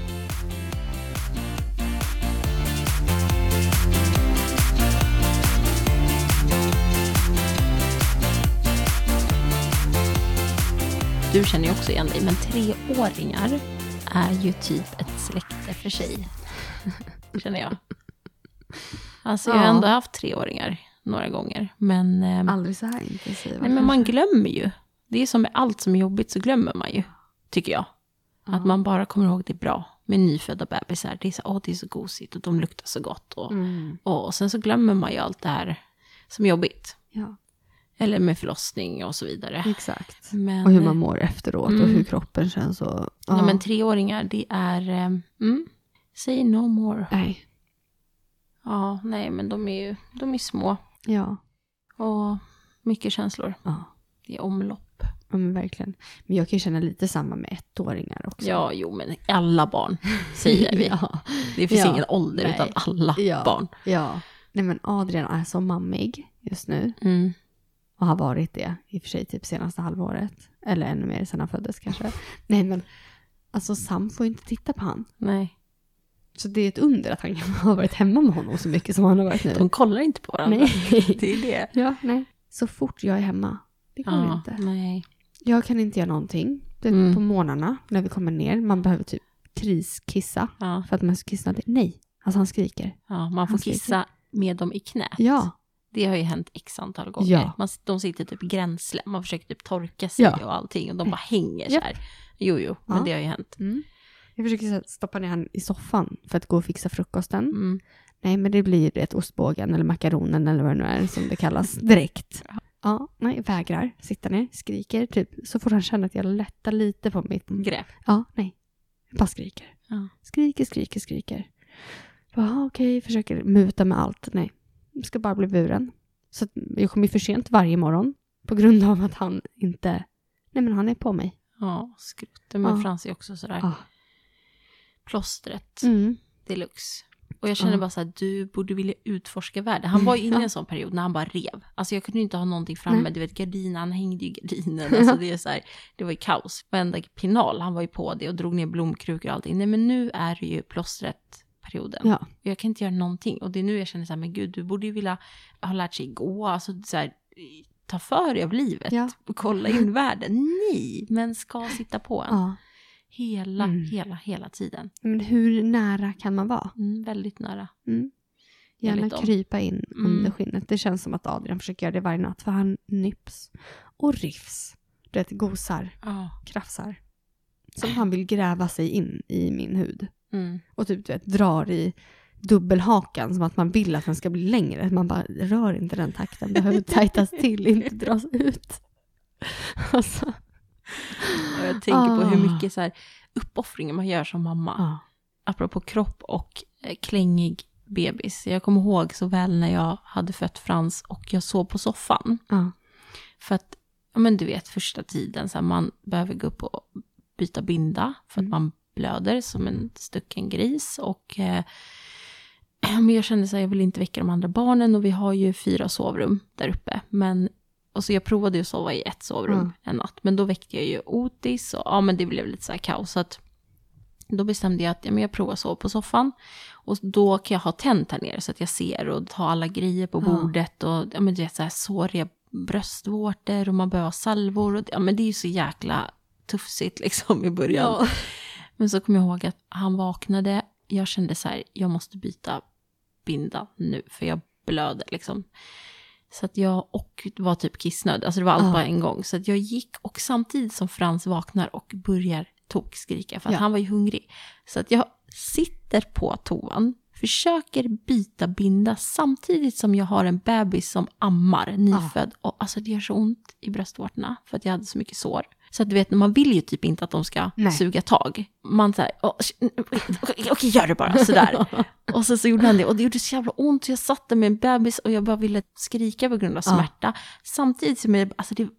Speaker 2: Du känner ju också igen dig, men 3-åringar är ju typ ett släkte för sig. Känner jag. Alltså jag har ändå haft 3-åringar några gånger. Men,
Speaker 1: aldrig så här intensiva.
Speaker 2: Nej, men man glömmer ju. Det är som med allt som är jobbigt, så glömmer man ju, tycker jag. Att man bara kommer ihåg det bra med nyfödda bebisar. Det är så, det är så gosigt och de luktar så gott. Och sen så glömmer man ju allt det här som är jobbigt.
Speaker 1: Ja.
Speaker 2: Eller med förlossning och så vidare.
Speaker 1: Exakt.
Speaker 2: Men,
Speaker 1: och hur man mår efteråt och hur kroppen känns. Och,
Speaker 2: ja, men 3-åringar, det är... say no more.
Speaker 1: Nej.
Speaker 2: Ja, nej, men de är små.
Speaker 1: Ja.
Speaker 2: Och mycket känslor.
Speaker 1: Ja.
Speaker 2: Det är omlopp.
Speaker 1: Ja, men verkligen. Men jag kan ju känna lite samma med 1-åringar också.
Speaker 2: Ja, jo, men alla barn, säger vi. Det finns ingen ålder, utan alla barn.
Speaker 1: Ja. Nej, men Adrian är så mammig just nu. Och har varit det i och för sig typ senaste halvåret. Eller ännu mer sedan han föddes kanske. Nej, men alltså Sam får ju inte titta på han.
Speaker 2: Nej.
Speaker 1: Så det är ett under att han har varit hemma med honom så mycket som han har varit nu.
Speaker 2: De kollar inte på varandra.
Speaker 1: Nej.
Speaker 2: Det är det.
Speaker 1: Ja, nej. Så fort jag är hemma. Det går inte.
Speaker 2: Nej.
Speaker 1: Jag kan inte göra någonting. På morgnarna när vi kommer ner. Man behöver typ kriskissa. För att man ska kissa. Nej. Alltså han skriker.
Speaker 2: Ja, man får kissa med dem i knät.
Speaker 1: Ja.
Speaker 2: Det har ju hänt x antal gånger.
Speaker 1: Ja.
Speaker 2: De sitter typ gränsle. Man försöker typ torka sig och allting. Och de bara hänger så här. Jo. Men det har ju hänt.
Speaker 1: Jag försöker stoppa ner han i soffan för att gå och fixa frukosten. Nej, men det blir ett ostbågen eller makaronen eller vad det nu är som det kallas direkt. Ja, nej, vägrar. Sitta ner, skriker. Typ, så får han känna att jag lättar lite på mitt
Speaker 2: grepp.
Speaker 1: Ja, nej. Jag bara skriker.
Speaker 2: Ja.
Speaker 1: Skriker. Okej, försöker muta med allt. Nej, jag ska bara bli buren. Så jag kommer ju för sent varje morgon. På grund av att han inte... Nej, men han är på mig.
Speaker 2: Ja, skrutten. Men Frans är också sådär.
Speaker 1: Ja.
Speaker 2: Plåstret. Deluxe. Och jag känner bara så här, du borde vilja utforska världen. Han var ju inne i en sån period när han bara rev. Alltså jag kunde ju inte ha någonting framme. Nej. Du vet, gardinen, han hängde ju gardinen. Alltså det är så här, det var ju kaos. Varenda pinal, han var ju på det och drog ner blomkrukor och allting. Nej, men nu är det ju plåstret perioden.
Speaker 1: Ja.
Speaker 2: Jag kan inte göra någonting. Och det är nu jag känner så här, men gud, du borde ju vilja ha lärt sig gå. Alltså så här, ta för dig av livet.
Speaker 1: Ja.
Speaker 2: Och kolla in världen. Nej, men ska sitta på en.
Speaker 1: Ja.
Speaker 2: Hela tiden.
Speaker 1: Men hur nära kan man vara?
Speaker 2: Väldigt nära.
Speaker 1: Gärna krypa in under skinnet. Det känns som att Adrian försöker göra det varje natt. För han nyps och riffs. Du vet, gosar. Krafsar. Som han vill gräva sig in i min hud. Och typ, du vet, drar i dubbelhakan, som att man vill att den ska bli längre. Man bara rör inte den takten, behöver tajtas till, inte dras ut. Alltså.
Speaker 2: Jag tänker på hur mycket så här uppoffringar man gör som mamma. Apropå kropp och klängig bebis. Jag kommer ihåg så väl när jag hade fött Frans och jag sov på soffan. För att, ja men du vet, första tiden så här, man behöver gå upp och byta binda för att man blöder som en stucken gris. Och men jag kände så här, jag vill inte väcka de andra barnen och vi har ju 4 sovrum där uppe. Men, och så jag provade ju att sova i ett sovrum en natt. Men då väckte jag ju Otis och ja men det blev lite så här kaos. Så att då bestämde jag att ja, men jag provar att sova på soffan. Och då kan jag ha tänt här nere så att jag ser och ta alla grejer på bordet. Och ja, men det är så här såriga bröstvårtor och man behöver ha salvor. Och, ja, men det är ju så jäkla tuffsigt liksom i början. Ja. Men så kom jag ihåg att han vaknade. Jag kände så här, jag måste byta binda nu för jag blöder liksom. Så att jag och var typ kissnöd. Alltså det var allt bara en gång. Så att jag gick och samtidigt som Frans vaknar och börjar skrika för att han var ju hungrig. Så att jag sitter på toan, försöker byta binda samtidigt som jag har en bebis som ammar, nyfödd. Och alltså det gör så ont i bröstvårtorna för att jag hade så mycket sår. Så att du vet, man vill ju typ inte att de ska suga tag. Man säger, okej, gör det bara, sådär. Och så gjorde han det. Och det gjorde så jävla ont. Så jag satt där med en bebis och jag bara ville skrika på grund av smärta. Samtidigt som jag, alltså det,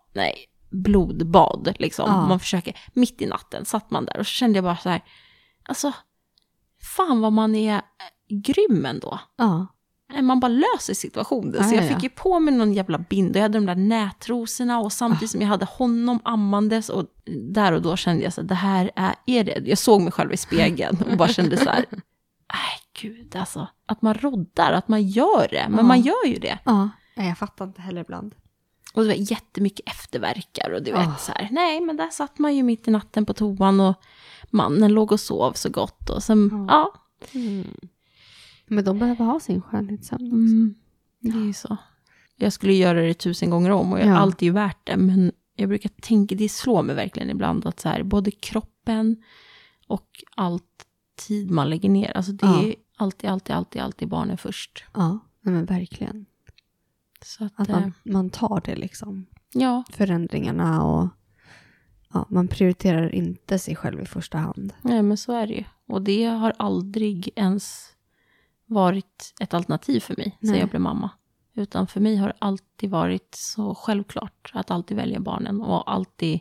Speaker 2: blodbad liksom. Man försöker, mitt i natten satt man där. Och så kände jag bara så här, alltså, fan vad man är grym ändå. Man bara löser situationen. Så jag fick ju på mig någon jävla bind. Och jag hade de där nätrosorna. Och samtidigt som jag hade honom ammandes. Och där och då kände jag så att det här är det. Jag såg mig själv i spegeln. Och bara kände så här. Gud alltså. Att man roddar. Att man gör det. Men man gör ju det.
Speaker 1: Jag fattar inte heller ibland.
Speaker 2: Och det var jättemycket efterverkar. Och du vet så här. Nej men där satt man ju mitt i natten på toan. Och mannen låg och sov så gott. Och sen,
Speaker 1: Men de behöver ha sin skönhetssömn också.
Speaker 2: Det är ju så. Jag skulle göra det 1000 gånger om och allt är ju värt det. Men jag brukar tänka, det slår mig verkligen ibland att så här, både kroppen och allt tid man lägger ner. Alltså det är alltid barnen först.
Speaker 1: Ja, men verkligen.
Speaker 2: Så
Speaker 1: att man tar det liksom.
Speaker 2: Ja.
Speaker 1: Förändringarna och man prioriterar inte sig själv i första hand.
Speaker 2: Nej men så är det ju. Och det har aldrig ens varit ett alternativ för mig sen jag blev mamma. Utan för mig har det alltid varit så självklart att alltid välja barnen. Och alltid,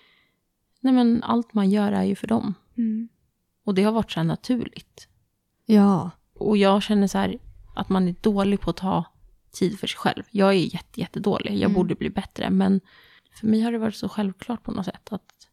Speaker 2: allt man gör är ju för dem. Och det har varit så här naturligt.
Speaker 1: Ja.
Speaker 2: Och jag känner så här att man är dålig på att ta tid för sig själv. Jag är jättedålig. Jag borde bli bättre. Men för mig har det varit så självklart på något sätt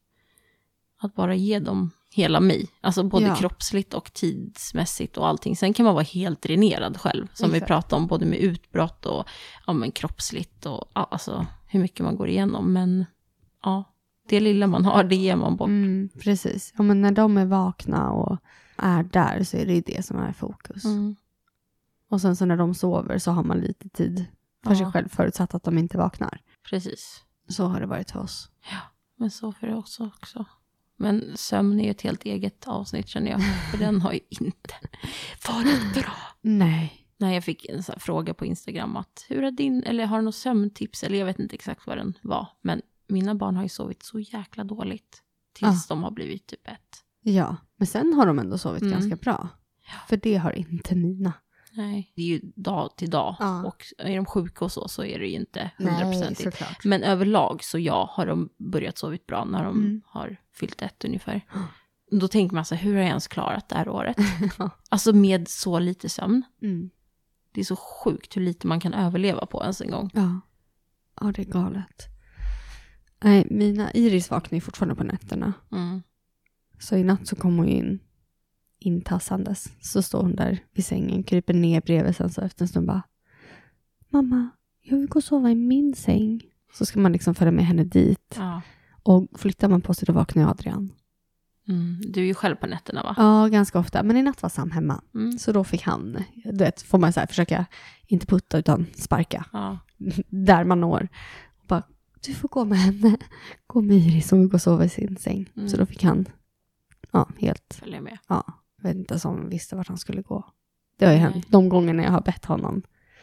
Speaker 2: att bara ge dem hela mig. Alltså både kroppsligt och tidsmässigt och allting. Sen kan man vara helt dränerad själv. Som vi pratade om, både med utbrott och kroppsligt och alltså hur mycket man går igenom. Men det lilla man har, det ger man bort.
Speaker 1: Precis. Ja, men när de är vakna och är där så är det det som är fokus. Och sen så när de sover så har man lite tid för sig själv, förutsatt att de inte vaknar.
Speaker 2: Precis.
Speaker 1: Så har det varit för oss.
Speaker 2: Ja, men så för det också. Men sömn är ju ett helt eget avsnitt känner jag. För den har ju inte varit bra.
Speaker 1: Nej,
Speaker 2: jag fick en sån här fråga på Instagram att hur är din, eller har du något sömntips? Eller jag vet inte exakt vad den var. Men mina barn har ju sovit så jäkla dåligt. Tills de har blivit typ 1.
Speaker 1: Ja, men sen har de ändå sovit ganska bra. För det har inte mina.
Speaker 2: Nej, det är ju dag till dag. Och är de sjuka och så är det ju inte 100%. Men överlag så har de börjat sovit bra när de har fyllt 1 ungefär. Då tänker man så här, hur har jag ens klarat det här året? Alltså med så lite sömn. Det är så sjukt hur lite man kan överleva på ens en gång.
Speaker 1: Ja, det är galet. Nej, mina Iris vaknar ju fortfarande på nätterna. Så i natt så kom hon intassandes. Så står hon där vid sängen, kryper ner bredvid, sen så efter en stund bara, mamma, jag vill gå och sova i min säng. Så ska man liksom följa med henne dit. Och flyttar man på sig, då vaknar jag Adrian.
Speaker 2: Du är ju själv på nätterna va?
Speaker 1: Ja, ganska ofta. Men i natt var Sam hemma. Så då fick han, du vet, får man så här försöka inte putta utan sparka. Där man når. Och bara, du får gå med henne. Gå med Iris som vill gå och sova i sin säng. Så då fick han helt
Speaker 2: följa med.
Speaker 1: Jag vet inte som visste vart han skulle gå. Det har ju hänt de gångerna jag har bett honom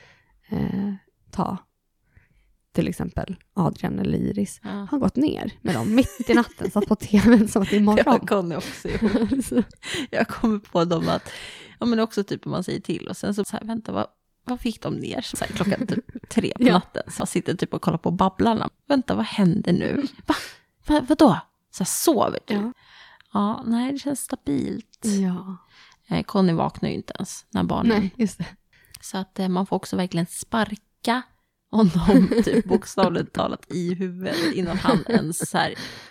Speaker 1: ta till exempel Adrian eller Iris. Han har gått ner med dem mitt i natten, satt på tvn som att det är morgon.
Speaker 2: Det har Conny också gjort. Jag kommer på dem att, ja men också typ man säger till och sen så här, vänta vad fick de ner? Så här, klockan typ 3 på natten. Så jag sitter typ och kollar på Babblarna. Vänta, vad händer nu? Vadå? Så här, sover du? Ja, nej det känns stabilt.
Speaker 1: Ja.
Speaker 2: Conny vaknar ju inte ens när barnen.
Speaker 1: Nej, just det.
Speaker 2: Så att man får också verkligen sparka honom typ bokstavligt talat i huvudet innan han ens så här,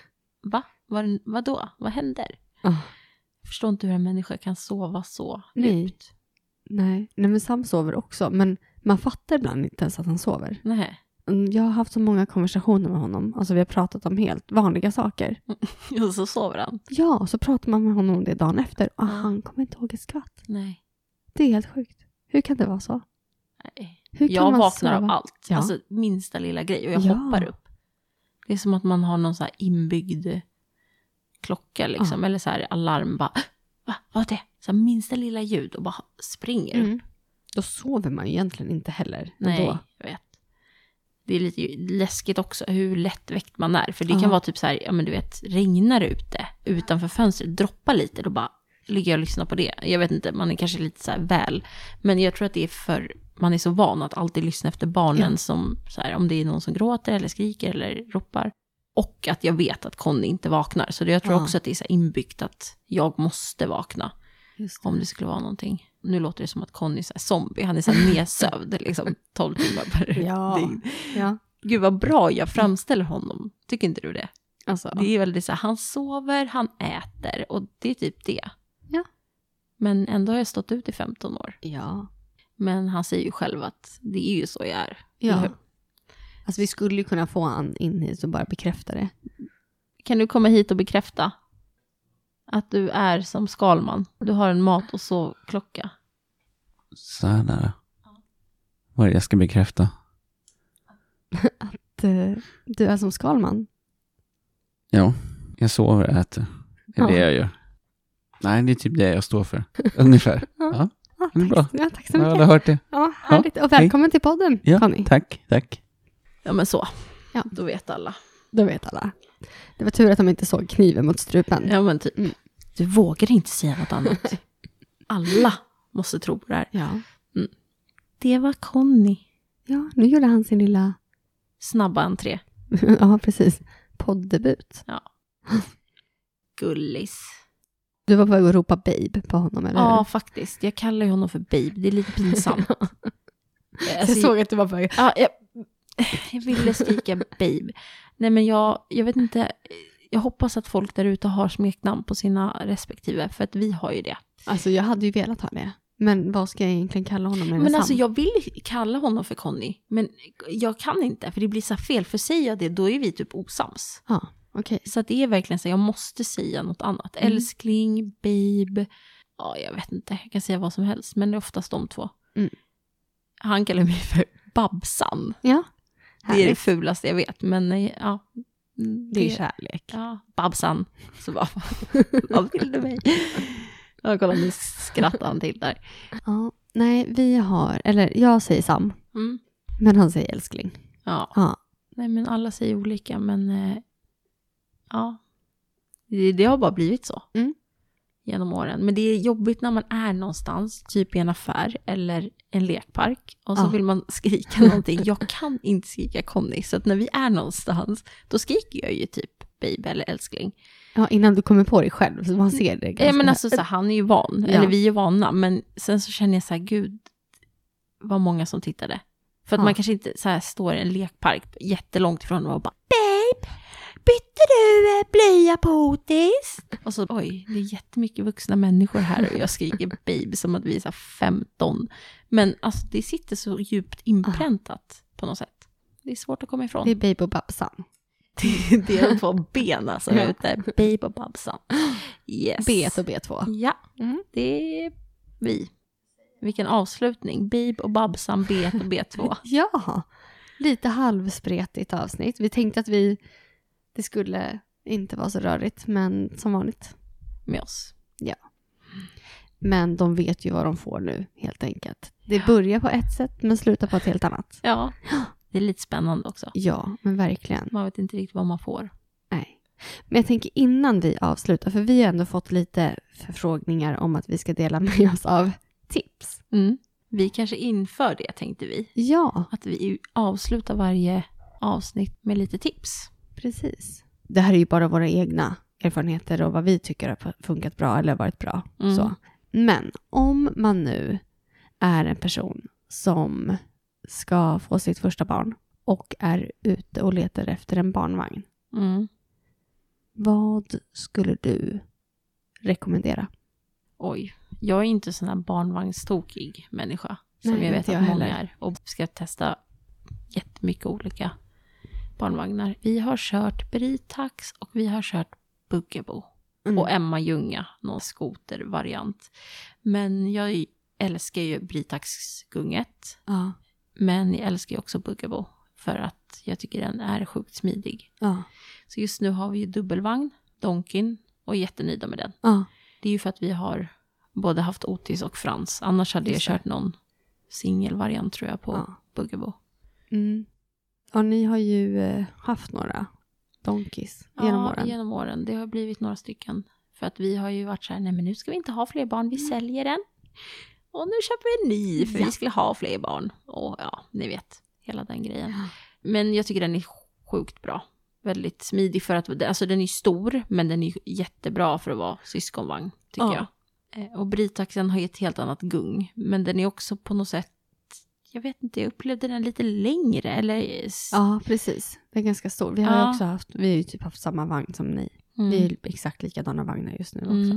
Speaker 2: vadå? Vad händer? Jag förstår inte hur en människa kan sova så djupt.
Speaker 1: Nej, men Sam sover också. Men man fattar ibland inte ens att han sover.
Speaker 2: Nej.
Speaker 1: Jag har haft så många konversationer med honom. Alltså vi har pratat om helt vanliga saker.
Speaker 2: Och så sover han.
Speaker 1: Ja, och så pratar man med honom om det dagen efter. Och han kommer inte ihåg ett skvatt.
Speaker 2: Nej.
Speaker 1: Det är helt sjukt. Hur kan det vara så?
Speaker 2: Nej.
Speaker 1: Hur kan
Speaker 2: jag
Speaker 1: man
Speaker 2: vaknar
Speaker 1: sova?
Speaker 2: av allt.
Speaker 1: Ja.
Speaker 2: Alltså minsta lilla grej. Och jag hoppar upp. Det är som att man har någon så här inbyggd klocka liksom. Eller så här alarm. Bara, vad är det? Så här minsta lilla ljud och bara springer upp.
Speaker 1: Då sover man ju egentligen inte heller.
Speaker 2: Nej,
Speaker 1: då.
Speaker 2: jag vet. Det är lite läskigt också hur lättväckt man är. För det kan vara typ så här, ja men du vet, regnar ute utanför fönstret, droppar lite, då bara ligger jag och lyssnar på det. Jag vet inte, man är kanske lite så här väl. Men jag tror att det är för man är så van att alltid lyssna efter barnen som så här, om det är någon som gråter eller skriker eller ropar. Och att jag vet att Conny inte vaknar. Så jag tror också att det är så inbyggt att jag måste vakna. Om det skulle vara någonting. Nu låter det som att Conny är så här zombie. Han är så här nedsövd liksom 12 timmar per dygn.
Speaker 1: Ja.
Speaker 2: Gud vad bra jag framställer honom. Tycker inte du det?
Speaker 1: Alltså.
Speaker 2: Det är väldigt så här, han sover, han äter. Och det är typ det.
Speaker 1: Ja.
Speaker 2: Men ändå har jag stått ut i 15 år.
Speaker 1: Ja.
Speaker 2: Men han säger ju själv att det är ju så jag är.
Speaker 1: Ja. Alltså vi skulle ju kunna få han in hit och bara bekräfta det.
Speaker 2: Kan du komma hit och bekräfta att du är som Skalman? Du har en mat- och sovklocka.
Speaker 3: Så här nära. Vad är det jag ska bekräfta?
Speaker 1: Att du är som Skalman.
Speaker 3: Ja, jag sover och äter. Det är det jag gör. Nej, det är typ det jag står för. Ungefär. Ja, det är bra.
Speaker 1: Ja, tack så
Speaker 3: Jag
Speaker 1: mycket.
Speaker 3: hade hört det.
Speaker 1: Ja, härligt. Och välkommen till podden,
Speaker 3: Ja,
Speaker 1: Conny.
Speaker 3: tack.
Speaker 2: Ja men så.
Speaker 1: Ja.
Speaker 2: Då vet alla.
Speaker 1: Då vet alla. Det var tur att de inte såg kniven mot strupen.
Speaker 2: Ja men typ. Du vågar inte säga något annat. Alla måste tro på det här.
Speaker 1: Ja.
Speaker 2: Det var Conny.
Speaker 1: Ja, nu gjorde han sin lilla...
Speaker 2: Snabba entré.
Speaker 1: Ja, precis. Poddebut.
Speaker 2: Ja. Gullis.
Speaker 1: Du var på väg att ropa babe på honom, eller
Speaker 2: Ja,
Speaker 1: hur?
Speaker 2: faktiskt. Jag kallar ju honom för babe. Det är lite pinsamt.
Speaker 1: Jag såg att du var på väg.
Speaker 2: Ja, jag ville skrika babe. Nej, men jag vet inte. Jag hoppas att folk där ute har smeknamn på sina respektive. För att vi har ju det.
Speaker 1: Alltså, jag hade ju velat ha det. Men vad ska jag egentligen kalla honom?
Speaker 2: Men alltså, jag vill kalla honom för Conny. Men jag kan inte. För det blir så fel. För säger jag det, då är vi typ osams.
Speaker 1: Ja, okej.
Speaker 2: Så att det är verkligen så. Jag måste säga något annat. Älskling, babe. Ja, jag vet inte. Jag kan säga vad som helst. Men det är oftast de två. Han kallar mig för Babsan.
Speaker 1: Ja.
Speaker 2: Det är det fulaste jag vet. Men ja.
Speaker 1: Det är kärlek.
Speaker 2: Ja, Babsan. Så bara, vad vill du mig? Ja, kolla, nu skrattar han till där.
Speaker 1: Ja, nej, vi har... Eller jag säger Sam. Men han säger älskling.
Speaker 2: Ja. Nej, men alla säger olika. Men ja. Det har bara blivit så. Genom åren. Men det är jobbigt när man är någonstans, typ i en affär eller en lekpark, och så vill man skrika någonting. Jag kan inte skrika Conny, så att när vi är någonstans, då skriker jag ju typ baby eller älskling.
Speaker 1: Ja, innan du kommer på det själv, så man ser det ganska...
Speaker 2: Ja, men alltså så han är ju van, eller vi är vana, men sen så känner jag så här, gud, vad många som tittade. För att man kanske inte så här står i en lekpark jättelångt ifrån och bara, babe, bytte du blöja på Otis? Och så, oj, det är jättemycket vuxna människor här och jag skriker babe som att vi är så här 15. Men alltså det sitter så djupt inpräntat på något sätt. Det är svårt att komma ifrån.
Speaker 1: Det är babe och Babsan.
Speaker 2: Det är de två benen som är ute. Babe och Babsan. Yes.
Speaker 1: B1 och B2.
Speaker 2: Ja, det är vi. Vilken avslutning. Babe och Babsan, B1 och B2.
Speaker 1: Ja, lite halvspretigt avsnitt. Vi tänkte att det skulle inte vara så rörigt, men som vanligt.
Speaker 2: Med oss.
Speaker 1: Ja. Men de vet ju vad de får nu, helt enkelt. Det börjar på ett sätt, men slutar på ett helt annat.
Speaker 2: Ja, det är lite spännande också.
Speaker 1: Ja, men verkligen.
Speaker 2: Man vet inte riktigt vad man får.
Speaker 1: Nej. Men jag tänker innan vi avslutar, för vi har ändå fått lite förfrågningar om att vi ska dela med oss av tips.
Speaker 2: Vi kanske inför det, tänkte vi.
Speaker 1: Ja.
Speaker 2: Att vi avslutar varje avsnitt med lite tips.
Speaker 1: Precis. Det här är ju bara våra egna erfarenheter och vad vi tycker har funkat bra eller varit bra. Så. Men om man nu är en person som ska få sitt första barn och är ute och letar efter en barnvagn. Vad skulle du rekommendera?
Speaker 2: Oj, jag är inte sån här barnvagnstokig människa. Som
Speaker 1: Nej,
Speaker 2: jag vet
Speaker 1: inte
Speaker 2: att
Speaker 1: jag
Speaker 2: många
Speaker 1: heller.
Speaker 2: är. Och ska testa jättemycket olika barnvagnar. Vi har kört Britax och vi har kört Bugaboo. Och Emma Ljunga, någon skotervariant. Men jag älskar ju Britax-gunget.
Speaker 1: Ja.
Speaker 2: Men jag älskar ju också Bugaboo. För att jag tycker den är sjukt smidig.
Speaker 1: Ja.
Speaker 2: Så just nu har vi ju dubbelvagn, Donkin, och är jättenöjda med den.
Speaker 1: Ja.
Speaker 2: Det är ju för att vi har både haft Otis och Frans. Annars hade jag kört någon singelvariant tror jag på Bugaboo.
Speaker 1: Ja, ni har ju haft några Donkeys genom åren.
Speaker 2: Ja, genom åren. Det har blivit några stycken. För att vi har ju varit så här, nej men nu ska vi inte ha fler barn, vi säljer den. Och nu köper vi en ny för vi skulle ha fler barn. Och ja, ni vet, hela den grejen. Men jag tycker den är sjukt bra. Väldigt smidig för att, alltså den är stor, men den är jättebra för att vara syskonvagn, tycker jag. Och Britaxen har ju ett helt annat gung. Men den är också på något sätt, jag vet inte, jag upplevde den lite längre. Eller...
Speaker 1: Ja, precis. Den är ganska stor. Vi har ju också haft, vi har ju typ haft samma vagn som ni. Vi är ju exakt likadana vagnar just nu också.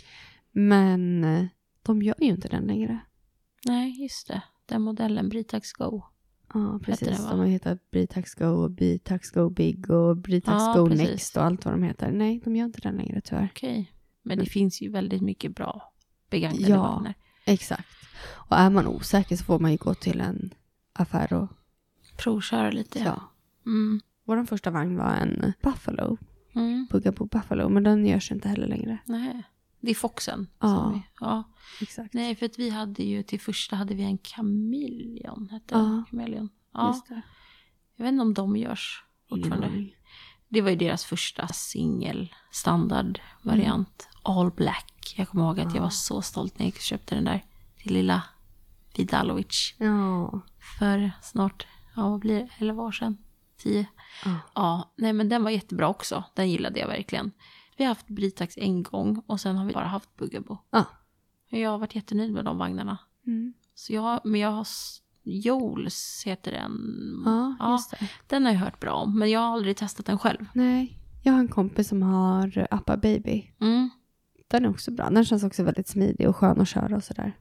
Speaker 1: Men de gör ju inte den längre.
Speaker 2: Nej, just det. Den modellen, Britax Go.
Speaker 1: Ja, precis. De har hetat Britax Go och Britax Go Big och Britax Go
Speaker 2: precis.
Speaker 1: Next och allt vad de heter. Nej, de gör inte den längre tyvärr.
Speaker 2: Okej. Men det finns ju väldigt mycket bra begagnade vagnar.
Speaker 1: Exakt. Och är man osäker så får man ju gå till en affär och
Speaker 2: provköra lite.
Speaker 1: Ja. Vår första vagn var en Buffalo. Bugaboo Buffalo, men den görs inte heller längre.
Speaker 2: Nej, det är Foxen.
Speaker 1: Ja, exakt.
Speaker 2: Nej, för att vi hade ju till första hade vi en Chameleon. Hette den? Chameleon. Ja,
Speaker 1: just det.
Speaker 2: Jag vet inte om de görs fortfarande. Det var ju deras första singel standardvariant. All black. Jag kommer ihåg att jag var så stolt när jag köpte den där till lilla Vidalovic.
Speaker 1: Ja.
Speaker 2: För snart, vad blir det? 11 år sedan? 10. Ja, nej men den var jättebra också. Den gillade jag verkligen. Vi har haft Britax en gång och sen har vi bara haft Bugaboo.
Speaker 1: Ja.
Speaker 2: Jag har varit jättenöjd med de vagnarna. Så jag har Jules heter den.
Speaker 1: Ja, just det.
Speaker 2: Den har jag hört bra om, men jag har aldrig testat den själv.
Speaker 1: Nej, jag har en kompis som har Appa Baby. Den är också bra. Den känns också väldigt smidig och skön att köra och sådär.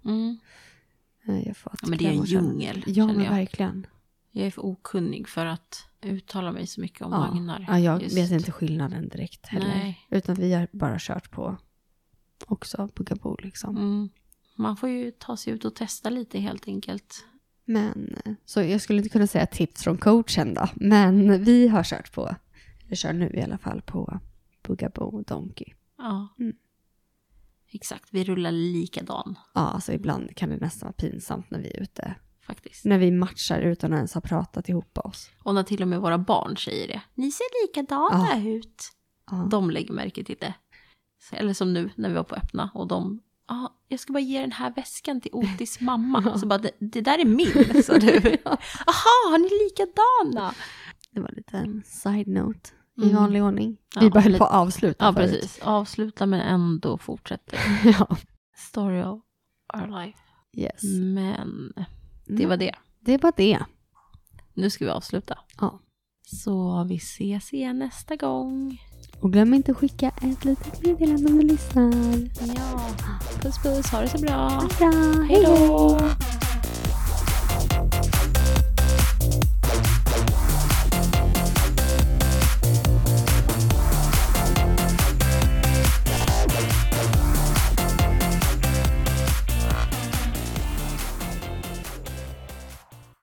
Speaker 2: Men det är en djungel.
Speaker 1: Ja, men verkligen.
Speaker 2: Jag är för okunnig för att uttala mig så mycket om vagnar.
Speaker 1: Ja, jag vet inte skillnaden direkt heller.
Speaker 2: Nej.
Speaker 1: Utan vi har bara kört på också Bugaboo liksom.
Speaker 2: Man får ju ta sig ut och testa lite helt enkelt.
Speaker 1: Men, så jag skulle inte kunna säga tips från coachen då. Men vi har kört på, jag kör nu i alla fall på Bugaboo Donkey.
Speaker 2: Ja. Exakt, vi rullar likadan.
Speaker 1: Ja, alltså ibland kan det nästan vara pinsamt när vi är ute.
Speaker 2: Faktiskt.
Speaker 1: När vi matchar utan att ens ha pratat ihop oss.
Speaker 2: Och när till och med våra barn säger det. Ni ser likadana ut. De lägger märke till det. Eller som nu när vi var på öppna och de... jag ska bara ge den här väskan till Otis mamma. Så bara, det där är min, sa du. Aha, har ni likadana?
Speaker 1: Det var lite en side note i vanlig ordning.
Speaker 2: Ja,
Speaker 1: vi bara höll på att avsluta
Speaker 2: Ja,
Speaker 1: förut.
Speaker 2: precis. Avsluta men ändå fortsätter.
Speaker 1: Ja.
Speaker 2: Story of our life.
Speaker 1: Yes.
Speaker 2: Men det var det.
Speaker 1: Det var det.
Speaker 2: Nu ska vi avsluta.
Speaker 1: Ja.
Speaker 2: Så vi ses igen nästa gång.
Speaker 1: Och glöm inte att skicka ett litet meddelande om du lyssnar.
Speaker 2: Ja, puss puss. Ha det så bra.
Speaker 1: Bra,
Speaker 2: Hej då.